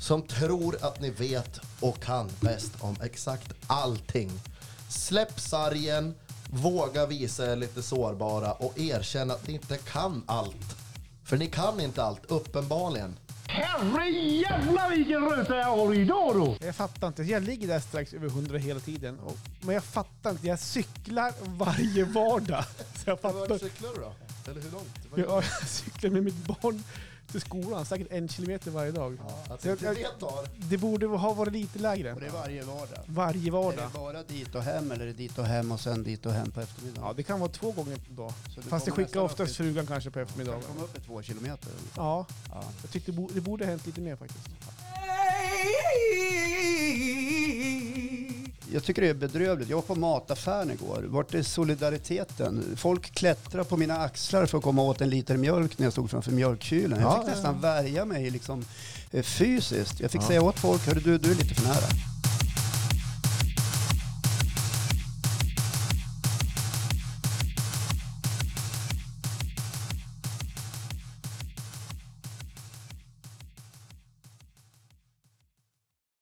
som tror att ni vet och kan bäst om exakt allting. Släpp sargen, våga visa er lite sårbara och erkänna att ni inte kan allt. För ni kan inte allt, uppenbarligen. Herre jävlar vilken röta jag har idag då! Jag fattar inte, jag ligger där strax över 100 hela tiden. Men jag fattar inte, jag cyklar varje vardag. Så jag fattar. Vart cyklar du då? Eller hur långt? Jag cyklar med mitt barn till skolan, säkert 1 kilometer varje dag. Ja, alltså det borde ha varit lite lägre. Och det är varje vardag. Varje vardag. Är det bara dit och hem eller är det dit och hem och sen dit och hem på eftermiddagen? Ja, det kan vara 2 gånger per dag. Fast det kommer skickar nästan oftast frugan kanske på eftermiddagen. Det kommer upp i 2 kilometer. Ja, jag tyckte det borde ha hänt lite mer faktiskt. Jag tycker det är bedrövligt. Jag var på mataffären igår. Vart är solidariteten? Folk klättrar på mina axlar för att komma åt en liter mjölk när jag stod framför mjölkkylen. Jag fick nästan värja mig liksom, fysiskt. Jag fick säga åt folk, hörru du är lite för nära.